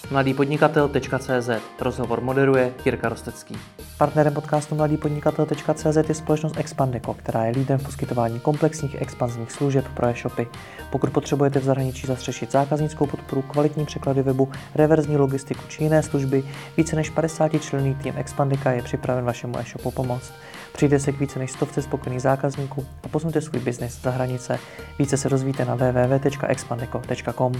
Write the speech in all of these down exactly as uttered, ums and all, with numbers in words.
mladý podnikatel tečka cé zet. Rozhovor moderuje Jirka Rostecký. Partnerem podcastu mladý podnikatel tečka cé zet je společnost Expandeco, která je lídrem v poskytování komplexních expanzních služeb pro e-shopy. Pokud potřebujete v zahraničí zastřešit zákaznickou podporu, kvalitní překlady webu, reverzní logistiku či jiné služby, více než padesátičlenný tým Expandeca je připraven vašemu e-shopu pomoct. Přijde se k více než stovce spokojených zákazníků a posuňte svůj biznis za hranice. Více se dozvíte na w w w tečka expandeco tečka com.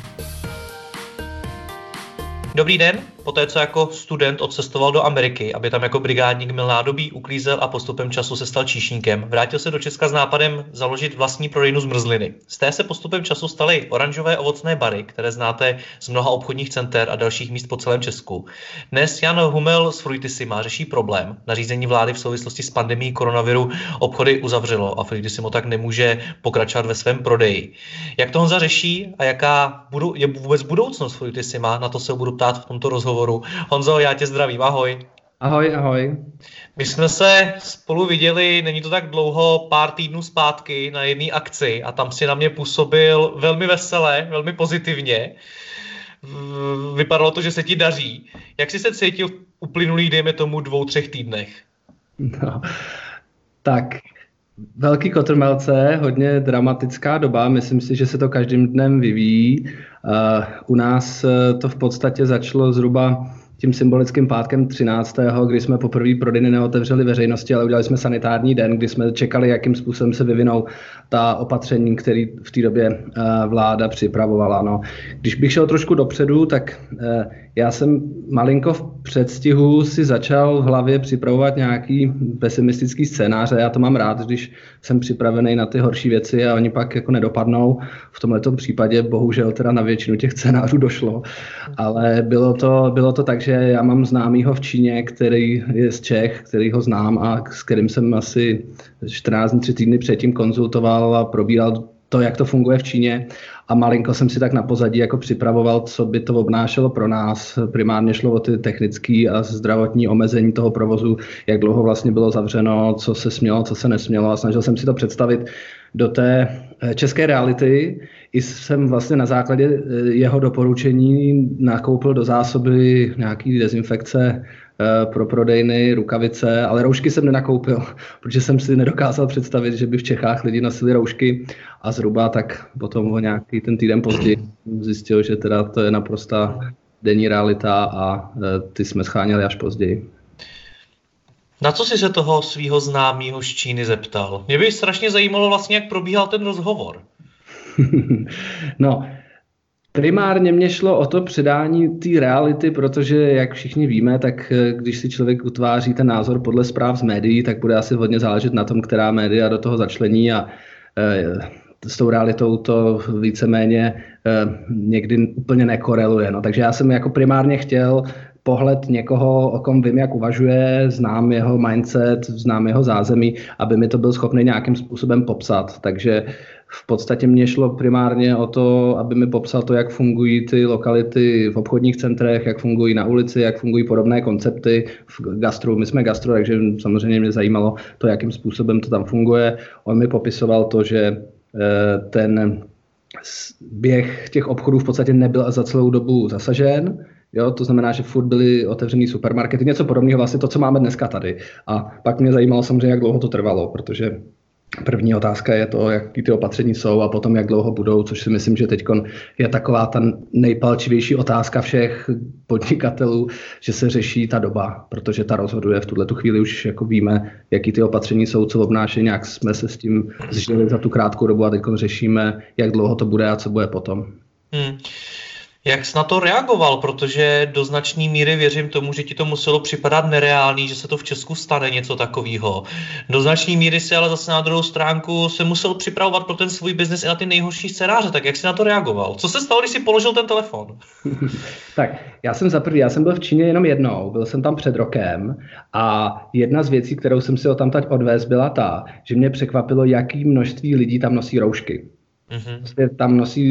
Dobrý den, poté co jako student odcestoval do Ameriky, aby tam jako brigádník mil nádobí, uklízel a postupem času se stal číšníkem, vrátil se do Česka s nápadem založit vlastní prodejnu zmrzliny. Z té se postupem času staly oranžové ovocné bary, které znáte z mnoha obchodních center a dalších míst po celém Česku. Dnes Jan Humel z Fruitissima řeší problém. Nařízení vlády v souvislosti s pandemií koronaviru obchody uzavřelo a Fruitissimo tak nemůže pokračovat ve svém prodeji. Jak to Honza řeší a jaká budu, je vůbec budoucnost Fruitissima, na to se budu ptát v tomto rozhovoru. Honzo, já tě zdravím, ahoj. Ahoj, ahoj. My jsme se spolu viděli, není to tak dlouho, pár týdnů zpátky na jedné akci a tam si na mě působil velmi veselé, velmi pozitivně. Vypadalo to, že se ti daří. Jak jsi se cítil v uplynulých, dejme tomu, dvou, třech týdnech? No, tak, velký kotrmelce, hodně dramatická doba, myslím si, že se to každým dnem vyvíjí. Uh, u nás to v podstatě začalo zhruba tím symbolickým pátkem třináctého kdy jsme poprvé prodejny neotevřeli veřejnosti, ale udělali jsme sanitární den, kdy jsme čekali, jakým způsobem se vyvinou ta opatření, které v té době uh, vláda připravovala. No. Když bych šel trošku dopředu, tak uh, já jsem malinko v předstihu si začal v hlavě připravovat nějaký pesimistický scénáře. Já to mám rád, když jsem připravený na ty horší věci a oni pak jako nedopadnou. V tomto případě bohužel teda na většinu těch scénářů došlo. Ale bylo to, bylo to tak, že já mám známýho v Číně, který je z Čech, který ho znám a s kterým jsem asi čtrnáct dní, tři týdny předtím konzultoval a probíral to, jak to funguje v Číně. A malinko jsem si tak na pozadí jako připravoval, co by to obnášelo pro nás. Primárně šlo o ty technické a zdravotní omezení toho provozu, jak dlouho vlastně bylo zavřeno, co se smělo, co se nesmělo. A snažil jsem si to představit do té české reality. I jsem vlastně na základě jeho doporučení nakoupil do zásoby nějaký dezinfekce pro prodejny, rukavice, ale roušky jsem nenakoupil, protože jsem si nedokázal představit, že by v Čechách lidi nosili roušky a zhruba tak potom o nějaký ten týden později zjistil, že teda to je naprostá denní realita a ty jsme scháněli až později. Na co jsi se toho svého známého z Číny zeptal? Mě by strašně zajímalo vlastně, jak probíhal ten rozhovor. No, primárně mě šlo o to předání té reality, protože, jak všichni víme, tak když si člověk utváří ten názor podle zpráv z médií, tak bude asi hodně záležet na tom, která média do toho začlení a e, s tou realitou to víceméně e, někdy úplně nekoreluje. No. Takže já jsem jako primárně chtěl pohled někoho, o kom vím, jak uvažuje, znám jeho mindset, znám jeho zázemí, aby mi to byl schopný nějakým způsobem popsat. Takže v podstatě mě šlo primárně o to, aby mi popsal to, jak fungují ty lokality v obchodních centrech, jak fungují na ulici, jak fungují podobné koncepty v gastru. My jsme gastro, takže samozřejmě mě zajímalo to, jakým způsobem to tam funguje. On mi popisoval to, že ten běh těch obchodů v podstatě nebyl za celou dobu zasažen. Jo, to znamená, že furt byly otevřený supermarkety, něco podobného, vlastně to, co máme dneska tady. A pak mě zajímalo samozřejmě, jak dlouho to trvalo, protože první otázka je to, jaký ty opatření jsou a potom, jak dlouho budou, což si myslím, že teď je taková ta nejpalčivější otázka všech podnikatelů, že se řeší ta doba, protože ta rozhoduje v tuhletu chvíli už jako víme, jaký ty opatření jsou, co obnášejí, nějak jsme se s tím zžili za tu krátkou dobu a teď řešíme, jak dlouho to bude a co bude potom. Hmm. Jak jsi na to reagoval, protože do značné míry věřím tomu, že ti to muselo připadat nereálný, že se to v Česku stane něco takového. Do značné míry si ale zase na druhou stránku se musel připravovat pro ten svůj biznis i na ty nejhorší scénáře, tak jak jsi na to reagoval? Co se stalo, když jsi položil ten telefon? Tak, já jsem za první, já jsem byl v Číně jenom jednou, byl jsem tam před rokem a jedna z věcí, kterou jsem si o tam teď odvést, byla ta, že mě překvapilo, jaký množství lidí tam nosí roušky. Mm-hmm. Tam nosí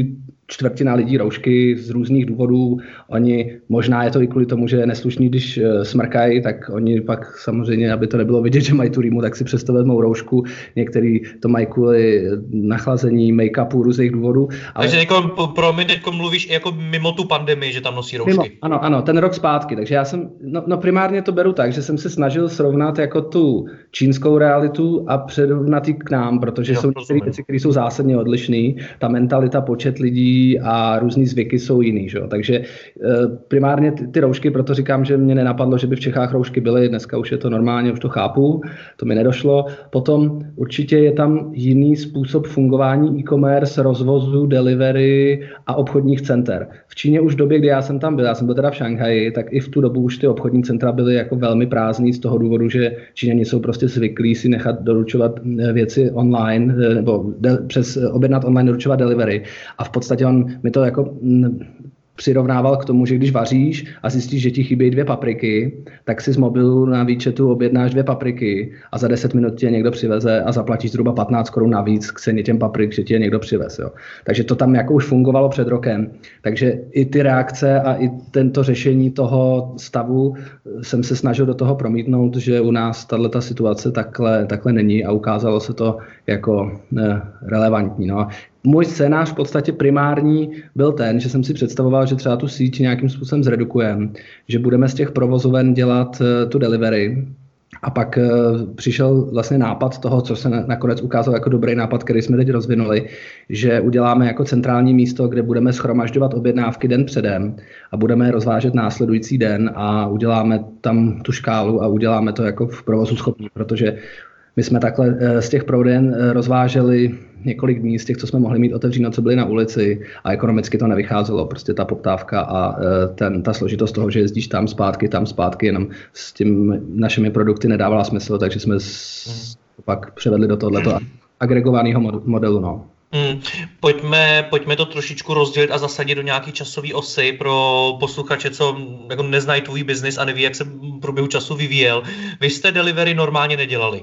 čtvrtina lidí roušky z různých důvodů. Oni, možná je to i kvůli tomu, že je neslušný, když smrkají, tak oni pak samozřejmě, aby to nebylo vidět, že mají tu rýmu, tak si přesto vezmou roušku. Některý to mají kvůli nachlazení, make-upu, různých důvodů. Ale... Takže jako, pro mě teď mluvíš jako mimo tu pandemii, že tam nosí roušky. Mimo, ano, ano, ten rok zpátky. Takže já jsem, no, no primárně to beru tak, že jsem se snažil srovnat jako tu čínskou realitu a předovnat ji k nám, protože jo, jsou některé věci, které jsou zásadně odlišné. Ta mentalita, počet lidí a různý zvyky jsou jiný. Že? Takže e, primárně ty, ty roušky, proto říkám, že mě nenapadlo, že by v Čechách roušky byly. Dneska už je to normálně, už to chápu, to mi nedošlo. Potom určitě je tam jiný způsob fungování e-commerce, rozvozu, delivery a obchodních center. V Číně už v době, kdy já jsem tam byl, já jsem byl teda v Šanghaji, tak i v tu dobu už ty obchodní centra byly jako velmi prázdný z toho důvodu, že Číňani jsou prostě zvyklí si nechat doručovat věci online nebo de- přes objednat online doručovat delivery. A v podstatě on mi to jako m, přirovnával k tomu, že když vaříš a zjistíš, že ti chybějí dvě papriky, tak si z mobilu na výčetu objednáš dvě papriky a za deset minut ti je někdo přiveze a zaplatíš zhruba patnáct korun navíc k ceně těm paprik, že ti je někdo přivez. Jo. Takže to tam jako už fungovalo před rokem. Takže i ty reakce a i tento řešení toho stavu jsem se snažil do toho promítnout, že u nás tato situace takhle, takhle není a ukázalo se to jako eh, relevantní. No. Můj scénář v podstatě primární byl ten, že jsem si představoval, že třeba tu síť nějakým způsobem zredukujeme, že budeme z těch provozoven dělat uh, tu delivery a pak uh, přišel vlastně nápad toho, co se na, nakonec ukázal jako dobrý nápad, který jsme teď rozvinuli, že uděláme jako centrální místo, kde budeme shromažďovat objednávky den předem a budeme je rozvážet následující den a uděláme tam tu škálu a uděláme to jako v provozu schopný, protože my jsme takhle z těch prodejen rozváželi několik dní z těch, co jsme mohli mít otevřeno, co byly na ulici a ekonomicky to nevycházelo. Prostě ta poptávka a ten, ta složitost toho, že jezdíš tam zpátky, tam zpátky, jenom s tím našimi produkty nedávala smysl, takže jsme s, pak převedli do tohoto agregovaného modelu. No. Hmm. Pojďme, pojďme to trošičku rozdělit a zasadit do nějaké časové osy pro posluchače, co jako neznají tvůj biznis a neví, jak se v průběhu času vyvíjel. Vy jste delivery normálně nedělali?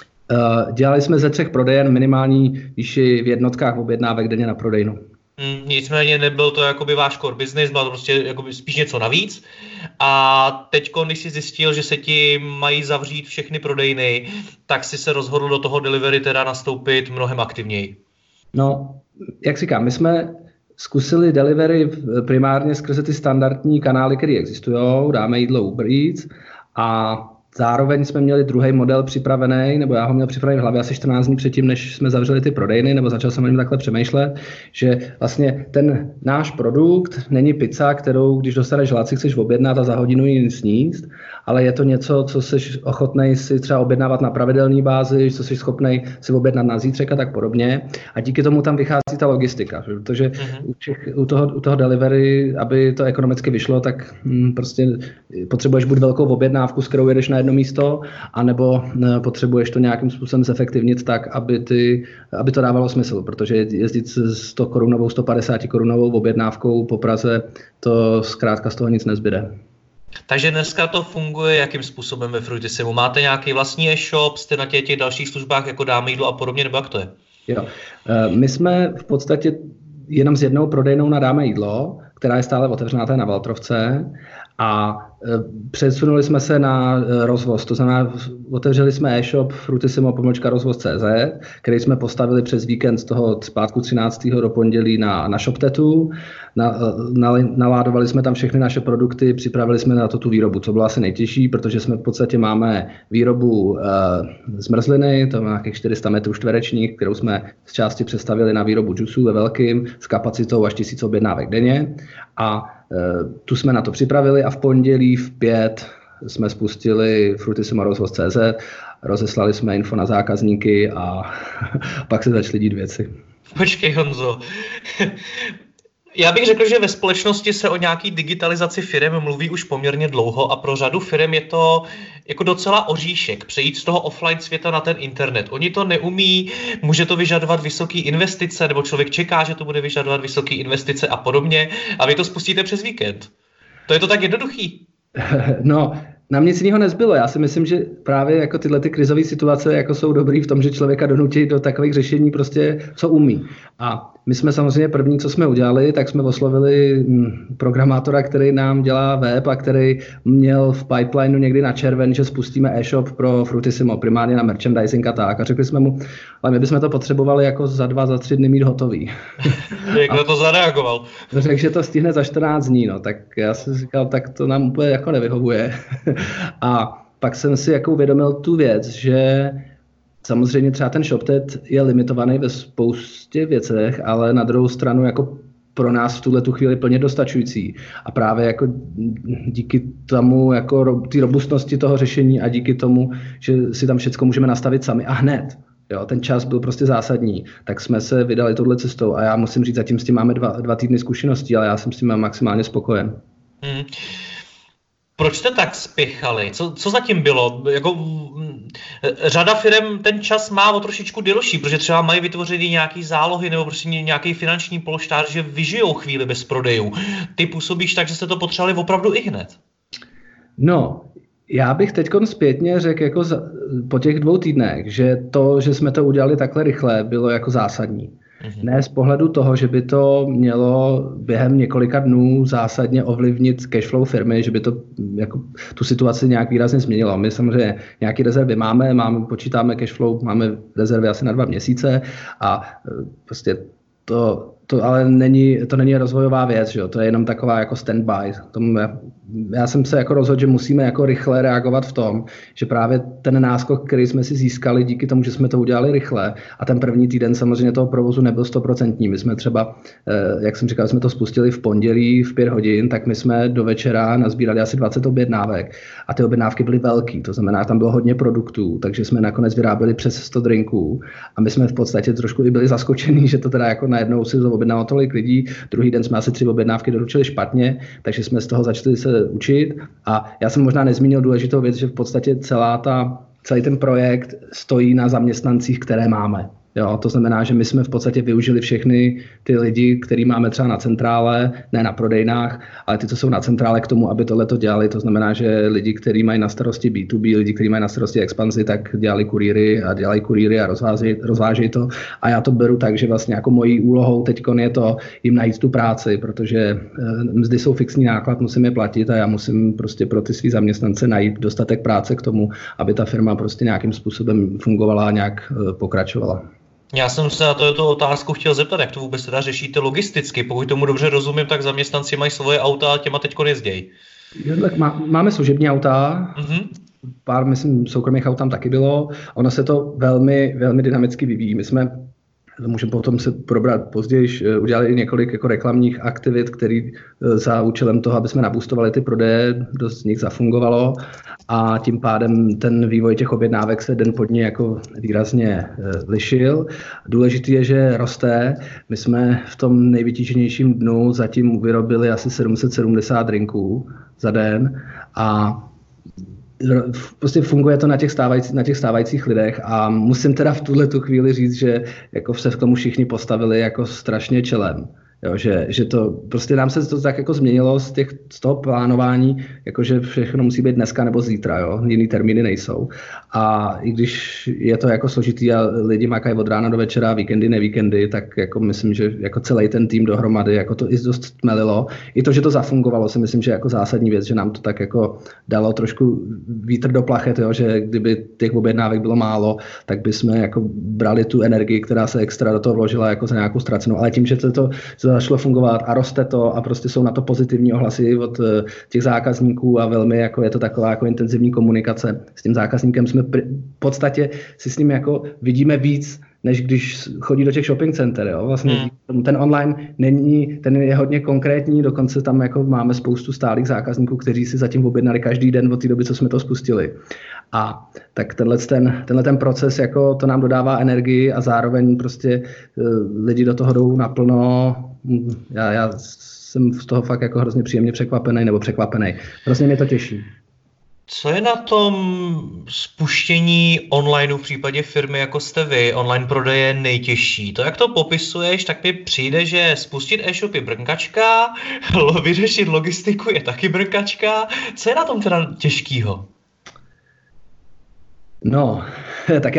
Uh, dělali jsme ze třech prodejen minimální výši v jednotkách objednávek denně na prodejnu. Hmm, nicméně nebyl to jakoby váš core business, byl to prostě jakoby spíš něco navíc. A teďko, když jsi zjistil, že se ti mají zavřít všechny prodejny, tak si se rozhodl do toho delivery teda nastoupit mnohem aktivněji. No, jak říkám, my jsme zkusili delivery primárně skrze ty standardní kanály, které existují, dáme jídlo Uber Eats a zároveň jsme měli druhý model připravený, nebo já ho měl připravený v hlavě asi čtrnáct dní předtím, než jsme zavřeli ty prodejny, nebo začal jsem o něm takhle přemýšlet, že vlastně ten náš produkt není pizza, kterou když dostaneš hlaci, chceš objednat a za hodinu ji sníst, ale je to něco, co jsi ochotnej si třeba objednávat na pravidelné bázi, co jsi schopnej si objednat na zítřek a tak podobně. A díky tomu tam vychází ta logistika, protože mm-hmm. u, těch, u, toho, u toho delivery, aby to ekonomicky vyšlo, tak hm, prostě potřebuješ buď velkou objednávku, s kterou jedeš na jedno místo, anebo ne, potřebuješ to nějakým způsobem zefektivnit tak, aby, ty, aby to dávalo smysl, protože jezdit s sto korunovou, sto padesát korunovou objednávkou po Praze, to zkrátka z toho nic nezbyde. Takže dneska to funguje jakým způsobem ve Fruitisimu? Máte nějaký vlastní e-shop, jste na těch, těch dalších službách jako Dáme jídlo a podobně, nebo jak to je? Jo. My jsme v podstatě jenom s jednou prodejnou na Dáme jídlo, která je stále otevřená, na Valtrovce, a přesunuli jsme se na rozvoz, to znamená, otevřeli jsme e-shop Fruitissimo pomlčka rozvoz tečka cé zet, který jsme postavili přes víkend z toho zpátku třináctého do pondělí na, na ShopTetu, na, na, naládovali jsme tam všechny naše produkty, připravili jsme na to tu výrobu, co bylo asi nejtěžší, protože jsme v podstatě máme výrobu e, zmrzliny, to má nějakých čtyři sta metrů čtverečních, kterou jsme z části přestavili na výrobu džusů ve velkým s kapacitou až tisíc objednávek denně a tu jsme na to připravili a v pondělí v pět jsme spustili Fruitissimo rozvoz tečka cé zet, rozeslali jsme info na zákazníky a pak se začaly dít věci. Počkej, Honzo. Já bych řekl, že ve společnosti se o nějaký digitalizaci firem mluví už poměrně dlouho a pro řadu firem je to jako docela oříšek přejít z toho offline světa na ten internet. Oni to neumí, může to vyžadovat vysoké investice, nebo člověk čeká, že to bude vyžadovat vysoké investice a podobně a vy to spustíte přes víkend. To je to tak jednoduchý. No, nám nic jiného nezbylo. Já si myslím, že právě jako tyhle ty krizové situace jako jsou dobrý v tom, že člověka donutí do takových řešení prostě, co umí. A my jsme samozřejmě první, co jsme udělali, tak jsme oslovili programátora, který nám dělá web a který měl v pipelineu někdy na červen, že spustíme e-shop pro Fruitissimo, primárně na merchandising a tak. A řekli jsme mu, ale my bychom to potřebovali jako za dva, za tři dny mít hotový. Jak na to zareagoval? Řekl, že to stihne za čtrnáct dní, no, tak já jsem říkal, tak to nám úplně jako nevyhovuje. A pak jsem si jako uvědomil tu věc, že samozřejmě třeba ten ShopTet je limitovaný ve spoustě věcech, ale na druhou stranu jako pro nás v tuhle tu chvíli plně dostačující. A právě jako díky tomu, jako té robustnosti toho řešení a díky tomu, že si tam všechno můžeme nastavit sami a hned, jo, ten čas byl prostě zásadní, tak jsme se vydali touhle cestou a já musím říct, zatím s tím máme dva, dva týdny zkušeností, ale já jsem s tím maximálně spokojen. Hmm. Proč jste tak spěchali? Co, co zatím bylo? Jako, řada firem ten čas má o trošičku delší, protože třeba mají vytvořený nějaký zálohy nebo prostě nějaký finanční polštář, že vyžijou chvíli bez prodejů. Ty působíš tak, že jste to potřebovali opravdu i hned. No, já bych teď zpětně řekl jako za, po těch dvou týdnech, že to, že jsme to udělali takhle rychle, bylo jako zásadní. Ne z pohledu toho, že by to mělo během několika dnů zásadně ovlivnit cashflow firmy, že by to jako tu situaci nějak výrazně změnilo. My samozřejmě nějaké rezervy máme, máme, počítáme cashflow, máme rezervy asi na dva měsíce a prostě to, to ale není, to není rozvojová věc, že jo? To je jenom taková jako standby. Tomu já, já jsem se jako rozhodl, že musíme jako rychle reagovat v tom, že právě ten náskok, který jsme si získali díky tomu, že jsme to udělali rychle a ten první týden samozřejmě toho provozu nebyl stoprocentní. My jsme třeba, jak jsem říkal, jsme to spustili v pondělí v pět hodin, tak my jsme do večera nazbírali asi dvacet objednávek a ty objednávky byly velký, to znamená, tam bylo hodně produktů, takže jsme nakonec vyráběli přes sto drinků a my jsme v podstatě trošku i byli zaskočení, že to teda jako najednou si objednalo tolik lidí. Druhý den jsme asi tři objednávky doručili špatně, takže jsme z toho začali se učit. A já jsem možná nezmínil důležitou věc, že v podstatě celá ta, celý ten projekt stojí na zaměstnancích, které máme. Jo, to znamená, že my jsme v podstatě využili všechny ty lidi, který máme třeba na centrále, ne na prodejnách, ale ty, co jsou na centrále k tomu, aby tohle to dělali. To znamená, že lidi, kteří mají na starosti bé dvě bé, lidi, kteří mají na starosti expanzi, tak dělali kurýry a dělají kurýry a rozvážejí, rozvážejí to. A já to beru tak, že vlastně jako mojí úlohou teď je to jim najít tu práci, protože mzdy jsou fixní náklad, musím je platit a já musím prostě pro ty svý zaměstnance najít dostatek práce k tomu, aby ta firma prostě nějakým způsobem fungovala a nějak pokračovala. Já jsem se na to otázku chtěl zeptat, jak to vůbec teda řešíte logisticky. Pokud tomu dobře rozumím, tak zaměstnanci mají svoje auta a těma teďko nezdějí. Má, máme služební auta, mm-hmm. Pár, myslím, soukromých aut tam taky bylo. Ono se to velmi, velmi dynamicky vyvíjí. My jsme, můžeme potom se probrat později, udělali několik jako reklamních aktivit, které za účelem toho, aby jsme naboostovali ty prodeje, dost z nich zafungovalo a tím pádem ten vývoj těch objednávek se den po dní jako výrazně lišil. Důležitý je, že roste. My jsme v tom nejvytíženějším dnu zatím vyrobili asi sedm set sedmdesát drinků za den a prostě funguje to na těch, stávající, na těch stávajících lidech a musím teda v tuhle tu chvíli říct, že jako se k tomu všichni postavili jako strašně čelem. Jo, že, že to prostě nám se to tak jako změnilo z, těch, z toho plánování, jakože všechno musí být dneska nebo zítra, jo? Jiný termíny nejsou. A i když je to jako složitý a lidi makají od rána do večera, víkendy, nevíkendy, tak jako myslím, že jako celý ten tým dohromady jako to i dost tmelilo. I to, že to zafungovalo, si myslím, že jako zásadní věc, že nám to tak jako dalo trošku vítr do plachet, jo? Že kdyby těch objednávek bylo málo, tak bychom jako brali tu energii, která se extra do toho vložila jako za nějakou ztracenou. Ale tím, že to, to začalo fungovat a roste to a prostě jsou na to pozitivní ohlasy od těch zákazníků a velmi jako je to taková jako intenzivní komunikace s tím zákazníkem. Jsme v podstatě si s ním jako vidíme víc, než když chodí do těch shopping center. Jo? Vlastně hmm. ten online není, ten je hodně konkrétní, dokonce tam jako máme spoustu stálých zákazníků, kteří si zatím objednali každý den od té doby, co jsme to spustili. A tak tenhle ten, tenhle ten proces jako to nám dodává energii a zároveň prostě uh, lidi do toho jdou naplno. Já, já jsem z toho fakt jako hrozně příjemně překvapený nebo překvapený. Hrozně mě to těší. Co je na tom spuštění online v případě firmy, jako jste vy, online prodeje nejtěžší? To, jak to popisuješ, tak mi přijde, že spustit e-shop je brnkačka, vyřešit logistiku je taky brnkačka. Co je na tom teda těžkýho? No, tak já,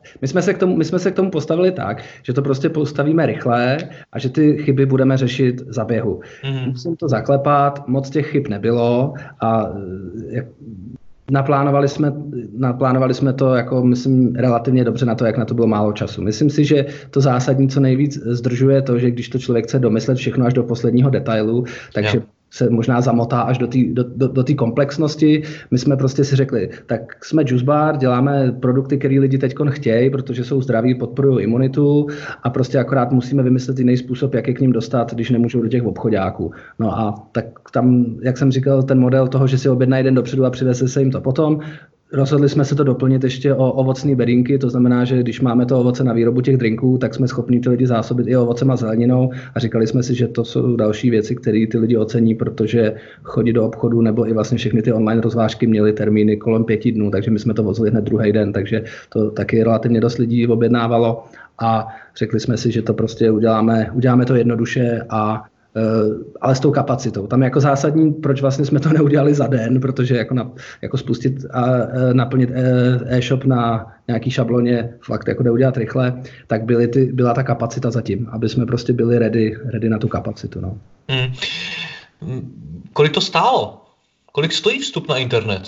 My jsme, se k tomu, my jsme se k tomu postavili tak, že to prostě postavíme rychle a že ty chyby budeme řešit za běhu. Mm-hmm. Musím to zaklepat, moc těch chyb nebylo a jak, naplánovali, jsme, naplánovali jsme to jako, myslím, relativně dobře na to, jak na to bylo málo času. Myslím si, že to zásadní, co nejvíc zdržuje to, že když to člověk chce domyslet všechno až do posledního detailu, takže yeah. se možná zamotá až do té do, do, do komplexnosti. My jsme prostě si řekli, tak jsme juice bar, děláme produkty, které lidi teď chtějí, protože jsou zdraví, podporují imunitu a prostě akorát musíme vymyslet jiný způsob, jak je k ním dostat, když nemůžou do těch obchodáků. No a tak tam, jak jsem říkal, ten model toho, že si objednají den dopředu a přiveze se jim to potom. Rozhodli jsme se to doplnit ještě o ovocné bedínky, to znamená, že když máme to ovoce na výrobu těch drinků, tak jsme schopni ty lidi zásobit i ovocem a zeleninou a říkali jsme si, že to jsou další věci, které ty lidi ocení, protože chodí do obchodu nebo i vlastně všechny ty online rozvážky měly termíny kolem pěti dnů, takže my jsme to vozili hned druhý den, takže to taky relativně dost lidí objednávalo a řekli jsme si, že to prostě uděláme, uděláme to jednoduše a ale s tou kapacitou. Tam jako zásadní, proč vlastně jsme to neudělali za den, protože jako, na, jako spustit a naplnit e-shop na nějaký šabloně fakt jako jde udělat rychle, tak byly ty, byla ta kapacita zatím, aby jsme prostě byli ready, ready na tu kapacitu. No. Hmm. Kolik to stálo? Kolik stojí vstup na internet?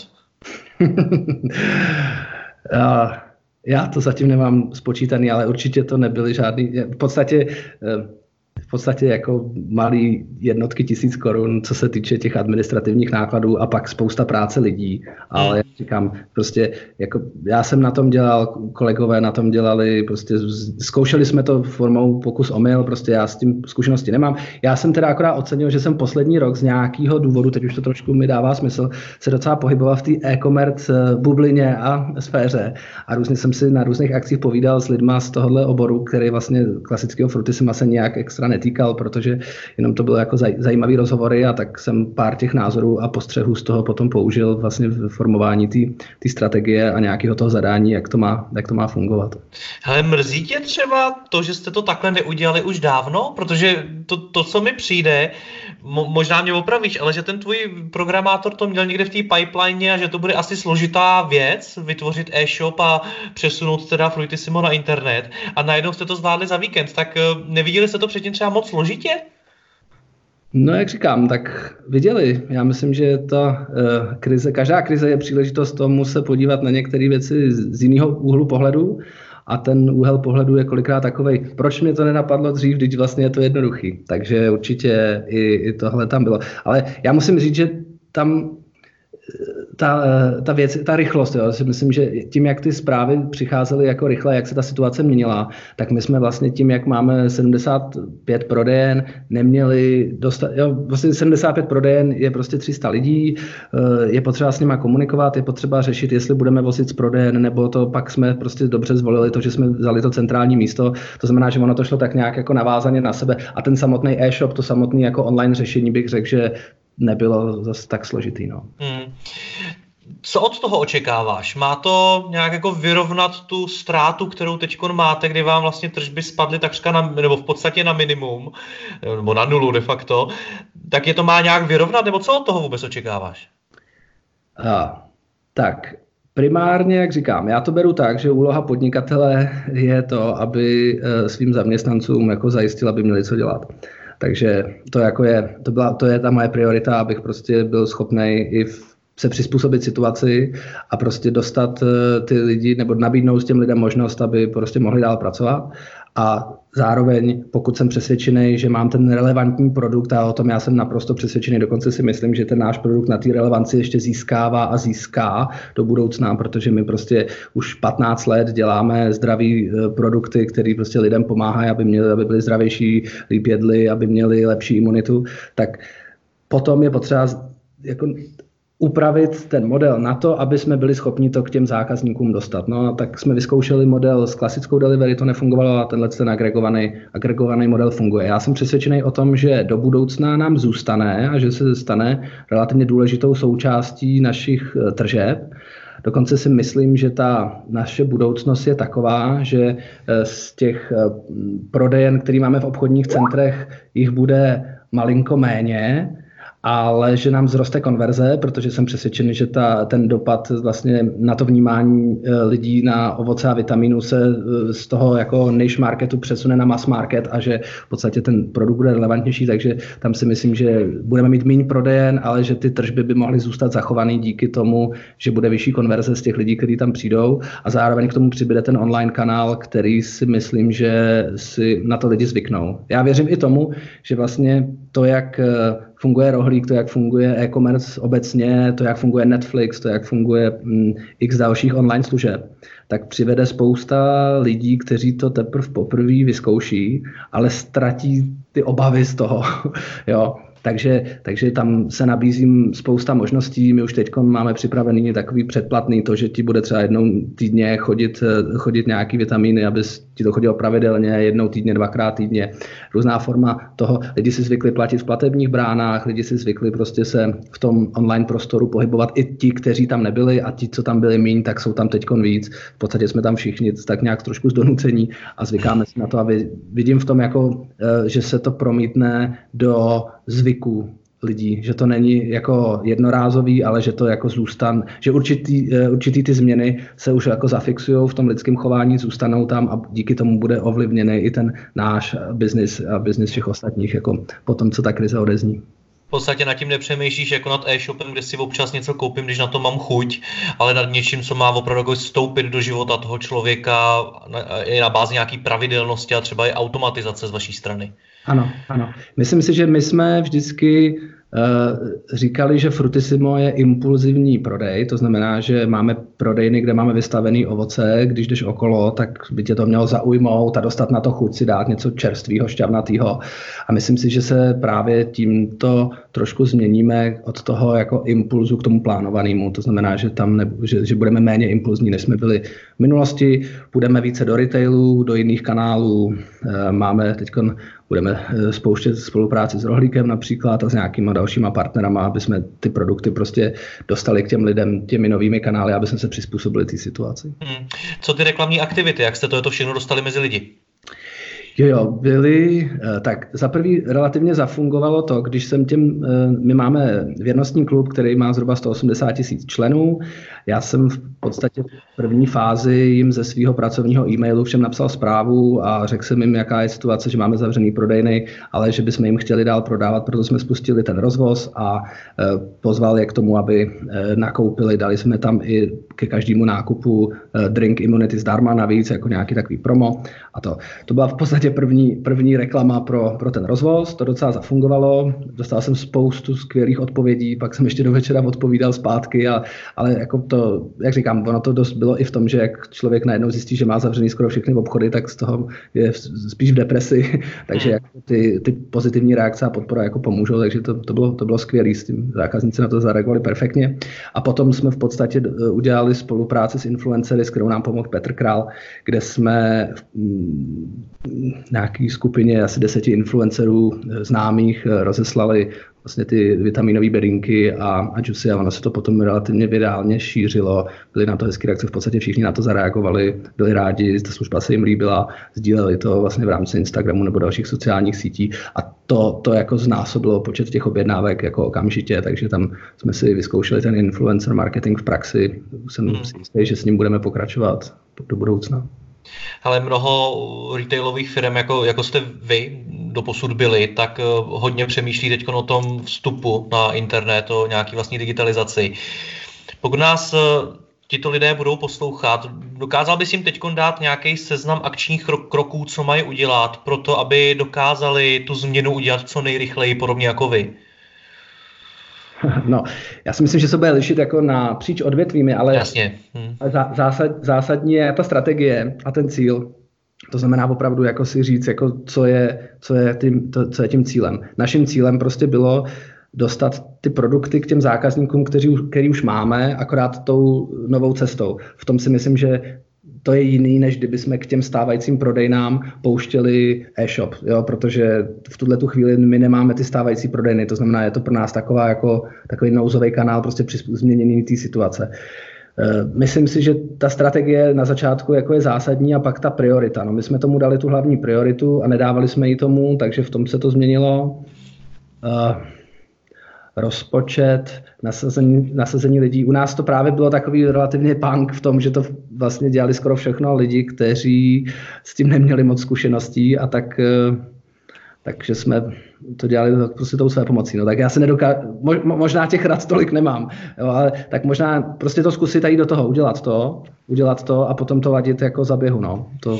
Já to zatím nemám spočítaný, ale určitě to nebyly žádný, v podstatě v podstatě jako malý jednotky tisíc korun, co se týče těch administrativních nákladů a pak spousta práce lidí. Ale jak říkám, prostě jako já jsem na tom dělal, kolegové na tom dělali, prostě zkoušeli jsme to formou pokus omyl, prostě já s tím zkušenosti nemám. Já jsem teda akorát ocenil, že jsem poslední rok z nějakého důvodu, teď už to trošku mi dává smysl, se docela pohyboval v té e-commerce bublině a sféře a různě jsem si na různých akcích povídal s lidma z tohohle oboru, který vlastně klasického frutisima se nějak extra netýkal, protože jenom to bylo jako zaj, zajímavý rozhovory a tak jsem pár těch názorů a postřehů z toho potom použil vlastně v formování té strategie a nějakého toho zadání, jak to má, jak to má fungovat. Hele, mrzí tě třeba to, že jste to takhle neudělali už dávno? Protože to, to co mi přijde, mo, možná mě opravíš, ale že ten tvůj programátor to měl někde v té pipeline a že to bude asi složitá věc, vytvořit e-shop a přesunout teda Fruitissimo na internet a najednou jste to zvládli za víkend, tak neviděli jste to předtím třeba moc složitě? No, jak říkám, tak viděli. Já myslím, že ta uh, krize, každá krize je příležitost tomu se podívat na některé věci z jiného úhlu pohledu a ten úhel pohledu je kolikrát takovej, proč mě to nenapadlo dřív, když vlastně je to jednoduchý. Takže určitě i, i tohle tam bylo. Ale já musím říct, že tam ta, ta věc, ta rychlost, jo, si myslím, že tím, jak ty zprávy přicházely jako rychle, jak se ta situace měnila, tak my jsme vlastně tím, jak máme sedmdesát pět prodejen, neměli dostat, jo, vlastně sedmdesát pět prodejen je prostě tři sta lidí, je potřeba s nima komunikovat, je potřeba řešit, jestli budeme vozit z prodejen, nebo to pak jsme prostě dobře zvolili to, že jsme vzali to centrální místo, to znamená, že ono to šlo tak nějak jako navázaně na sebe a ten samotný e-shop, to samotný jako online řešení bych řekl, že nebylo zase tak složitý. No. Hmm. Co od toho očekáváš? Má to nějak jako vyrovnat tu ztrátu, kterou teď máte, kdy vám vlastně tržby spadly takřka na, nebo v podstatě na minimum, nebo na nulu de facto, tak je to má nějak vyrovnat, nebo co od toho vůbec očekáváš? A, tak, primárně, jak říkám, já to beru tak, že úloha podnikatele je to, aby svým zaměstnancům jako zajistil, aby měli co dělat. Takže to, jako je, to, byla, to je ta moje priorita, abych prostě byl schopný i v, se přizpůsobit situaci a prostě dostat ty lidi nebo nabídnout těm lidem možnost, aby prostě mohli dál pracovat. A zároveň, pokud jsem přesvědčený, že mám ten relevantní produkt, a o tom já jsem naprosto přesvědčený, dokonce si myslím, že ten náš produkt na té relevanci ještě získává a získá do budoucna, protože my prostě už patnáct let děláme zdraví produkty, které prostě lidem pomáhají, aby měli, aby byli zdravější, líp jedli, aby měli lepší imunitu, tak potom je potřeba jako upravit ten model na to, aby jsme byli schopni to k těm zákazníkům dostat. No tak jsme vyzkoušeli model s klasickou delivery, to nefungovalo a tenhle ten agregovaný, agregovaný model funguje. Já jsem přesvědčený o tom, že do budoucna nám zůstane a že se stane relativně důležitou součástí našich tržeb. Dokonce si myslím, že ta naše budoucnost je taková, že z těch prodejen, který máme v obchodních centrech, jich bude malinko méně, ale že nám vzroste konverze, protože jsem přesvědčený, že ta, ten dopad vlastně na to vnímání lidí na ovoce a vitamínu se z toho jako niche marketu přesune na mass market a že v podstatě ten produkt bude relevantnější, takže tam si myslím, že budeme mít méně prodejen, ale že ty tržby by mohly zůstat zachovaný díky tomu, že bude vyšší konverze z těch lidí, kteří tam přijdou a zároveň k tomu přibude ten online kanál, který si myslím, že si na to lidi zvyknou. Já věřím i tomu, že vlastně to, jak funguje rohlík, to, jak funguje e-commerce obecně, to, jak funguje Netflix, to, jak funguje mm, x dalších online služeb, tak přivede spousta lidí, kteří to teprve poprvé vyzkouší, ale ztratí ty obavy z toho. Jo. Takže, takže tam se nabízí spousta možností. My už teď máme připravený takový předplatný to, že ti bude třeba jednou týdně chodit, chodit nějaký vitamíny, aby ti to chodilo pravidelně, jednou týdně, dvakrát týdně. Různá forma toho. Lidi si zvykli platit v platebních bránách, lidi si zvykli prostě se v tom online prostoru pohybovat. I ti, kteří tam nebyli a ti, co tam byli míň, tak jsou tam teďkon víc. V podstatě jsme tam všichni tak nějak trošku zdonucení a zvykáme si na to a vidím v tom, jako, že se to promítne do zvyků lidí, že to není jako jednorázový, ale že to jako zůstan, že určitý, určitý ty změny se už jako zafixujou v tom lidském chování, zůstanou tam a díky tomu bude ovlivněný i ten náš biznis a biznis všech ostatních, jako po tom, co ta krize odezní. V podstatě nad tím nepřemýšlíš jako nad e-shopem, kde si občas něco koupím, když na to mám chuť, ale nad něčím, co má opravdu jako vstoupit do života toho člověka je na bázi nějaký pravidelnosti a třeba i automatizace z vaší strany. Ano, ano. Myslím si, že my jsme vždycky uh, říkali, že Frutissimo je impulzivní prodej, to znamená, že máme prodejny, kde máme vystavený ovoce, když jdeš okolo, tak by tě to mělo zaujmout a dostat na to chuť si dát něco čerstvého, šťavnatého. A myslím si, že se právě tímto trošku změníme od toho jako impulzu k tomu plánovanému. To znamená, že tam ne, že, že budeme méně impulzní, než jsme byli v minulosti, půjdeme více do retailu, do jiných kanálů. Uh, máme teďkon budeme spouštět spolupráci s Rohlíkem například a s nějakýma dalšíma partnerama, aby jsme ty produkty prostě dostali k těm lidem těmi novými kanály, aby jsme se přizpůsobili té situaci. Hmm. Co ty reklamní aktivity? Jak jste to, to všechno dostali mezi lidi? Jo, jo, byli, tak za prvý relativně zafungovalo to, když jsem těm, my máme věrnostní klub, který má zhruba sto osmdesát tisíc členů. Já jsem v podstatě v první fázi jim ze svého pracovního e-mailu všem napsal zprávu a řekl jsem jim, jaká je situace, že máme zavřený prodejny, ale že bychom jim chtěli dál prodávat, proto jsme spustili ten rozvoz a pozval je k tomu, aby nakoupili. Dali jsme tam i ke každému nákupu drink immunity zdarma navíc, jako nějaký takový promo. A to, to byla v podstatě první, první reklama pro, pro ten rozvoz, to docela zafungovalo, dostal jsem spoustu skvělých odpovědí, pak jsem ještě do večera odpovídal zpátky, a, ale jako to, jak říkám, ono to dost bylo i v tom, že jak člověk najednou zjistí, že má zavřený skoro všechny obchody, tak z toho je spíš v depresi, takže jako ty, ty pozitivní reakce a podpora jako pomůžou, takže to, to bylo, to bylo skvělé, s tím zákazníci na to zareagovali perfektně. A potom jsme v podstatě udělali spolupráci s influencery, s kterou nám pomohl Petr Král, kde jsme nějaký skupině asi deseti influencerů známých rozeslali vlastně ty vitaminové bedinky a, a juicy a ono se to potom relativně virálně šířilo. Byly na to hezké reakce, v podstatě všichni na to zareagovali, byli rádi, ta služba se jim líbila, sdíleli to vlastně v rámci Instagramu nebo dalších sociálních sítí a to, to jako znásobilo počet těch objednávek jako okamžitě, takže tam jsme si vyzkoušeli ten influencer marketing v praxi. Jsem hmm. si jistý, že s ním budeme pokračovat do budoucna. Ale mnoho retailových firm, jako, jako jste vy doposud byli, tak hodně přemýšlí teď o tom vstupu na internet, o nějaký vlastní digitalizaci. Pokud nás tito lidé budou poslouchat, dokázal bys jim teď dát nějaký seznam akčních kroků, co mají udělat, pro to, aby dokázali tu změnu udělat co nejrychleji, podobně jako vy? No, já si myslím, že se bude lišit jako napříč odvětvími, ale Jasně. Hmm. Zásad, zásadní je ta strategie a ten cíl. To znamená opravdu jako si říct, jako co, je, co, je tím, to, co je tím cílem. Naším cílem prostě bylo dostat ty produkty k těm zákazníkům, kteří, který už máme, akorát tou novou cestou. V tom si myslím, že to je jiný, než kdyby jsme k těm stávajícím prodejnám pouštěli e-shop, jo? Protože v tuhletu chvíli my nemáme ty stávající prodejny, to znamená, je to pro nás taková jako, takový nouzový kanál prostě při změnění té situace. Myslím si, že ta strategie na začátku jako je zásadní a pak ta priorita. No, my jsme tomu dali tu hlavní prioritu a nedávali jsme ji tomu, takže v tom se to změnilo. rozpočet, nasazení, nasazení lidí. U nás to právě bylo takový relativně punk v tom, že to vlastně dělali skoro všechno lidi, kteří s tím neměli moc zkušeností a tak, takže jsme to dělali prostě tou své pomocí. No, tak já se nedokážu, možná těch rad tolik nemám, jo, ale tak možná prostě to zkusit jít do toho, udělat to, udělat to a potom to ladit jako za běhu. No. To...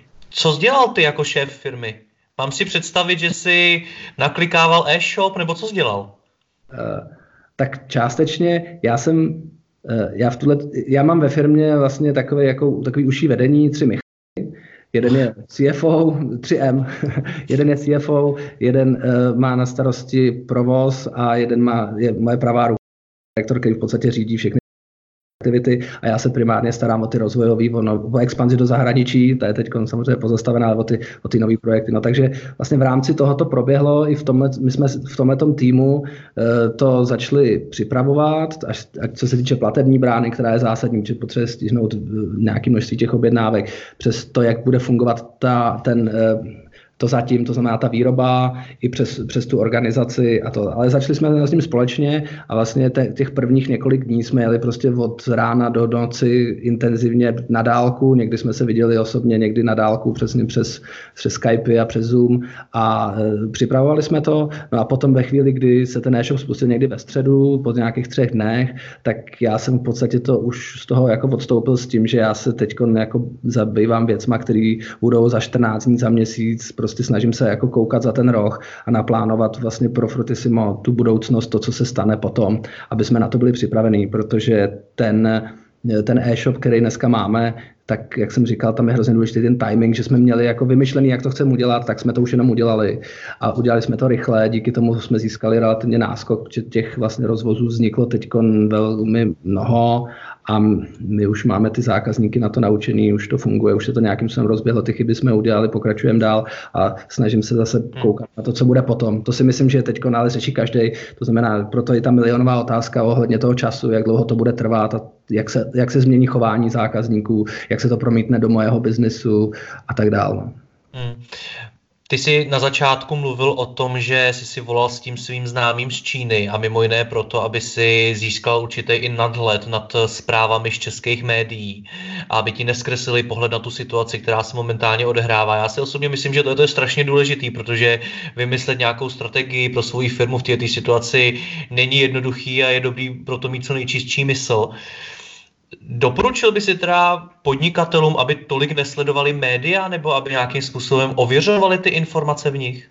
Co jsi dělal ty jako šéf firmy? Mám si představit, že jsi naklikával e-shop, nebo co jsi dělal? Uh, tak částečně já jsem, uh, já, v tuhle, já mám ve firmě vlastně takové jako, takový užší vedení, tři Michaly. Jeden je C F O, tři M, jeden je C F O, jeden uh, má na starosti provoz a jeden má, je moje pravá ruka, direktor, který v podstatě řídí všechny aktivity a já se primárně starám o ty rozvojové, o, no, o expanzi do zahraničí, ta je teď samozřejmě pozastavená, ale o ty, o ty nové projekty. No, takže vlastně v rámci toho to proběhlo i v tomhle, my jsme v tomhletom týmu e, to začali připravovat, až, až co se týče platební brány, která je zásadní, že potřebuje stihnout nějaké množství těch objednávek, přes to, jak bude fungovat ta, ten e, to zatím, to znamená ta výroba i přes, přes tu organizaci a to. Ale začali jsme s ním společně a vlastně těch prvních několik dní jsme jeli prostě od rána do noci intenzivně na dálku. Někdy jsme se viděli osobně, někdy na dálku přesně přes, přes Skype a přes Zoom a e, připravovali jsme to. No a potom ve chvíli, kdy se ten e-shop spustil někdy ve středu, po nějakých třech dnech, tak já jsem v podstatě to už z toho jako odstoupil s tím, že já se teď jako zabývám věcma, které budou za čtrnáct dní, za měsíc. Prostě snažím se jako koukat za ten roh a naplánovat vlastně pro Frutissimo tu budoucnost, to, co se stane potom, aby jsme na to byli připravení, protože ten, ten e-shop, který dneska máme, tak jak jsem říkal, tam je hrozně důležitý ten timing, že jsme měli jako vymyšlený, jak to chceme udělat, tak jsme to už jenom udělali a udělali jsme to rychle, díky tomu jsme získali relativně náskok, že těch vlastně rozvozů vzniklo teď velmi mnoho a my už máme ty zákazníky na to naučený, už to funguje, už se to nějakým způsobem rozběhlo, ty chyby jsme udělali, pokračujeme dál a snažím se zase koukat na to, co bude potom. To si myslím, že teď ale řeší každý, to znamená, proto je ta milionová otázka ohledně toho času, jak dlouho to bude trvat a jak se, jak se změní chování zákazníků, jak se to promítne do mojeho biznesu a tak dále. Hmm. Ty jsi na začátku mluvil o tom, že jsi si volal s tím svým známým z Číny a mimo jiné proto, aby si získal určitý i nadhled nad zprávami z českých médií a aby ti neskreslili pohled na tu situaci, která se momentálně odehrává. Já si osobně myslím, že to je, to je strašně důležitý, protože vymyslet nějakou strategii pro svou firmu v této situaci není jednoduchý a je dobrý proto mít co nejčistší mysl. Doporučil by si teda podnikatelům, aby tolik nesledovali média, nebo aby nějakým způsobem ověřovali ty informace v nich?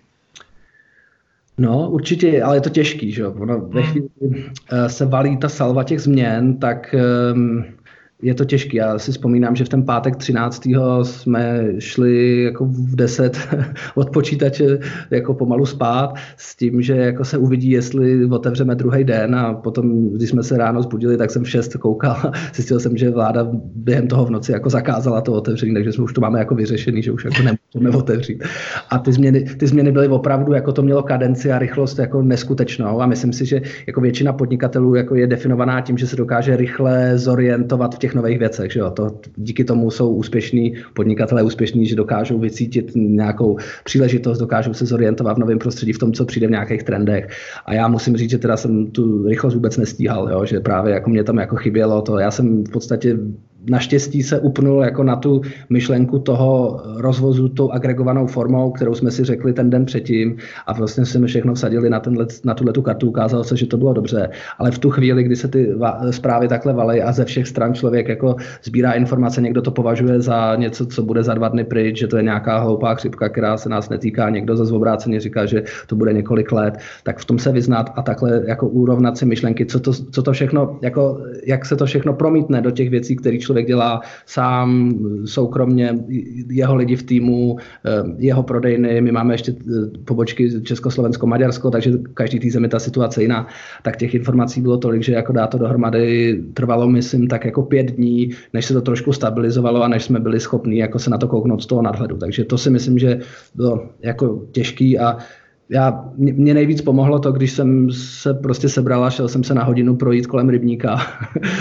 No, určitě, ale je to těžký, že jo. Ono, ve chvíli se valí ta salva těch změn, tak um, je to těžký. Já si vzpomínám, že v ten pátek třináctého jsme šli jako v deset od počítače jako pomalu spát s tím, že jako se uvidí, jestli otevřeme druhý den a potom, když jsme se ráno zbudili, tak jsem v šest koukal a zjistil jsem, že vláda během toho v noci jako zakázala to otevření, takže jsme už to máme jako vyřešený, že už jako nemůžeme otevřít. A ty změny, ty změny byly opravdu, jako to mělo kadenci a rychlost jako neskutečnou a myslím si, že jako většina podnikatelů jako je definovaná tím, že se dokáže rychle zorientovat v těch nových věcech, že jo? To, díky tomu jsou úspěšní podnikatelé úspěšní, že dokážou vycítit nějakou příležitost, dokážou se zorientovat v novém prostředí, v tom, co přijde v nějakých trendech. A já musím říct, že teda jsem tu rychlost vůbec nestíhal, jo? Že právě jako mě tam jako chybělo to. Já jsem v podstatě naštěstí se upnul jako na tu myšlenku toho rozvozu tou agregovanou formou, kterou jsme si řekli ten den předtím a vlastně jsme všechno vsadili na, tenhle, na tuhletu kartu, ukázalo se, že to bylo dobře, ale v tu chvíli, kdy se ty zprávy takhle valí a ze všech stran člověk jako sbírá informace, někdo to považuje za něco, co bude za dva dny pryč, že to je nějaká hloupá chřipka, která se nás netýká, někdo zase obráceně říká, že to bude několik let, tak v tom se vyznat a takhle jako urovnat si myšlenky, co to, co to všechno, jako, jak se to všechno promítne do těch věcí, které člověk dělá sám, soukromně, jeho lidi v týmu, jeho prodejny, my máme ještě pobočky Československo, Maďarsko, takže každý tý zemi ta situace jiná, tak těch informací bylo tolik, že jako dá to dohromady trvalo, myslím, tak jako pět dní, než se to trošku stabilizovalo a než jsme byli schopní jako se na to kouknout z toho nadhledu. Takže to si myslím, že bylo jako těžký a já, mě nejvíc pomohlo to, když jsem se prostě sebral a šel jsem se na hodinu projít kolem rybníka.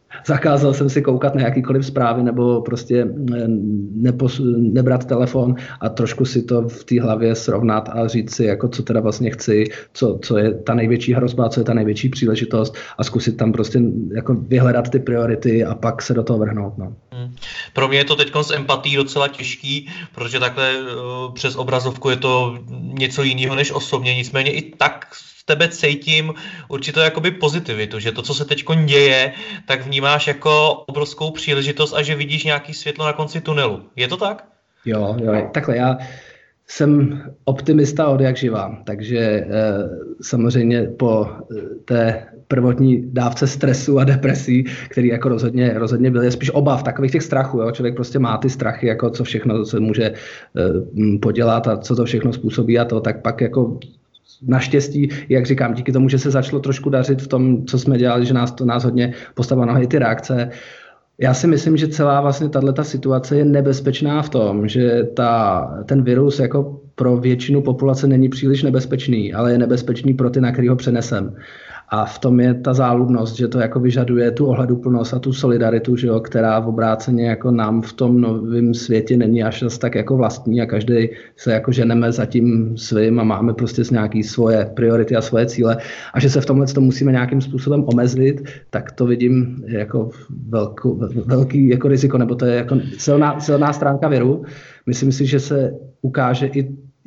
zakázal jsem si koukat na jakýkoliv zprávy nebo prostě nepos, nebrat telefon a trošku si to v té hlavě srovnat a říct si, jako co teda vlastně chci, co, co je ta největší hrozba, co je ta největší příležitost a zkusit tam prostě jako vyhledat ty priority a pak se do toho vrhnout. No. Hmm. Pro mě je to teď s empatií docela těžký, protože takhle uh, přes obrazovku je to něco jiného než osobně, nicméně i tak tebe cítím určitou jakoby pozitivitu, že to, co se teď děje, tak vnímáš jako obrovskou příležitost a že vidíš nějaký světlo na konci tunelu. Je to tak? Jo, jo, takhle já jsem optimista od jak živá, takže eh, samozřejmě po té prvotní dávce stresu a depresí, který jako rozhodně, rozhodně byl, je spíš obav, takových těch strachů, jo? Člověk prostě má ty strachy, jako co všechno se může eh, podělat a co to všechno způsobí a to, tak pak jako naštěstí, jak říkám, díky tomu, že se začalo trošku dařit v tom, co jsme dělali, že nás to nás hodně postavilo na nohy, ty reakce. Já si myslím, že celá vlastně tato situace je nebezpečná v tom, že ta, ten virus jako pro většinu populace není příliš nebezpečný, ale je nebezpečný pro ty, na který ho přenesem. A v tom je ta záludnost, že to jako vyžaduje tu ohleduplnost a tu solidaritu, že jo, která v obráceně jako nám v tom novém světě není až tak jako vlastní a každý se jako ženeme za tím svým a máme prostě nějaké svoje priority a svoje cíle a že se v tomhle to musíme nějakým způsobem omezit, tak to vidím jako velkou, velký jako riziko, nebo to je jako silná, silná stránka viru. Myslím si, že se ukáže i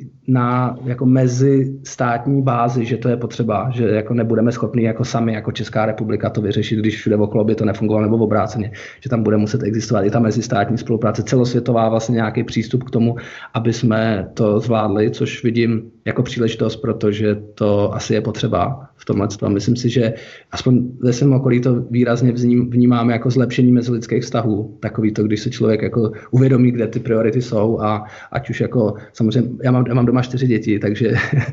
na jako mezi státní bázi, že to je potřeba, že jako nebudeme schopni jako sami, jako Česká republika to vyřešit, když všude okolo by to nefungovalo nebo obráceně, že tam bude muset existovat i ta mezistátní spolupráce, celosvětová vlastně nějaký přístup k tomu, aby jsme to zvládli, což vidím jako příležitost, protože to asi je potřeba v tomhle. Myslím si, že aspoň ve svém okolí to výrazně vnímáme jako zlepšení mezilidských vztahů. Takový to, když se člověk jako uvědomí, kde ty priority jsou a ať už jako samozřejmě, já mám, já mám doma čtyři děti, takže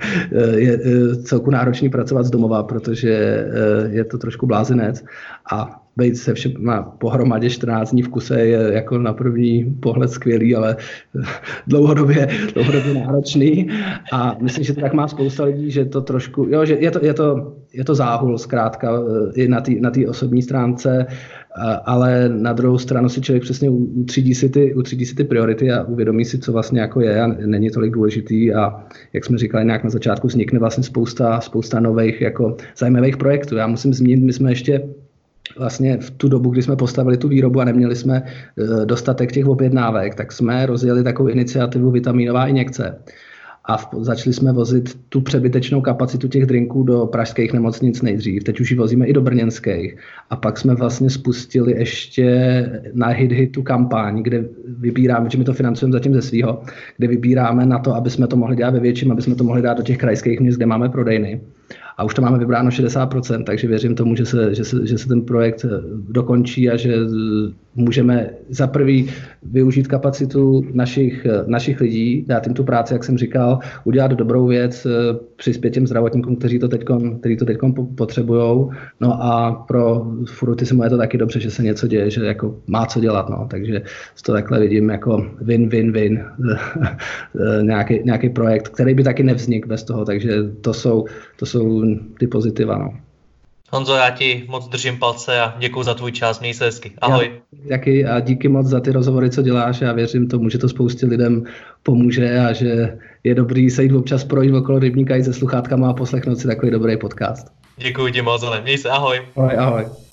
je celku náročný pracovat z domova, protože je to trošku blázinec a být se všema pohromadě čtrnáct dní v kuse je jako na první pohled skvělý, ale dlouhodobě, dlouhodobě náročný. A myslím, že to tak má spousta lidí, že to trošku, jo, že je to, je to, je to záhul zkrátka i na té na té osobní stránce, ale na druhou stranu si člověk přesně utřídí si ty, utřídí si ty priority a uvědomí si, co vlastně jako je a není tolik důležitý a jak jsme říkali, nějak na začátku vznikne vlastně spousta, spousta nových jako zajímavých projektů. Já musím zmínit, my jsme ještě vlastně v tu dobu, kdy jsme postavili tu výrobu a neměli jsme dostatek těch objednávek, tak jsme rozjeli takovou iniciativu Vitaminová injekce. A v, začali jsme vozit tu přebytečnou kapacitu těch drinků do pražských nemocnic nejdřív. Teď už ji vozíme i do brněnských. A pak jsme vlastně spustili ještě na HitHit tu kampaň, kde vybíráme, že my to financujeme zatím ze svýho, kde vybíráme na to, aby jsme to mohli dělat ve větším, aby jsme to mohli dát do těch krajských měst, kde máme prodejny. A už to máme vybráno šedesát procent, takže věřím tomu, že se, že se, že se ten projekt dokončí a že můžeme za prvý využít kapacitu našich, našich lidí, dát jim tu práci, jak jsem říkal, udělat dobrou věc, přispět těm zdravotníkům, kteří to teďkon, kteří to teďkon potřebujou. No a pro Furutisimo je to taky dobře, že se něco děje, že jako má co dělat. No. Takže to takhle vidím jako win-win-win nějaký, nějaký projekt, který by taky nevznikl bez toho, takže to jsou, to jsou ty pozitiva. No. Honzo, já ti moc držím palce a děkuji za tvůj čas, měj se hezky. Ahoj. Taky a díky moc za ty rozhovory, co děláš. Já věřím tomu, že to spoustě lidem pomůže a že je dobrý se jít občas projít okolo rybníka i se sluchátkama a poslechnout si takový dobrý podcast. Děkuji ti moc, ale měj se, ahoj. Ahoj, ahoj.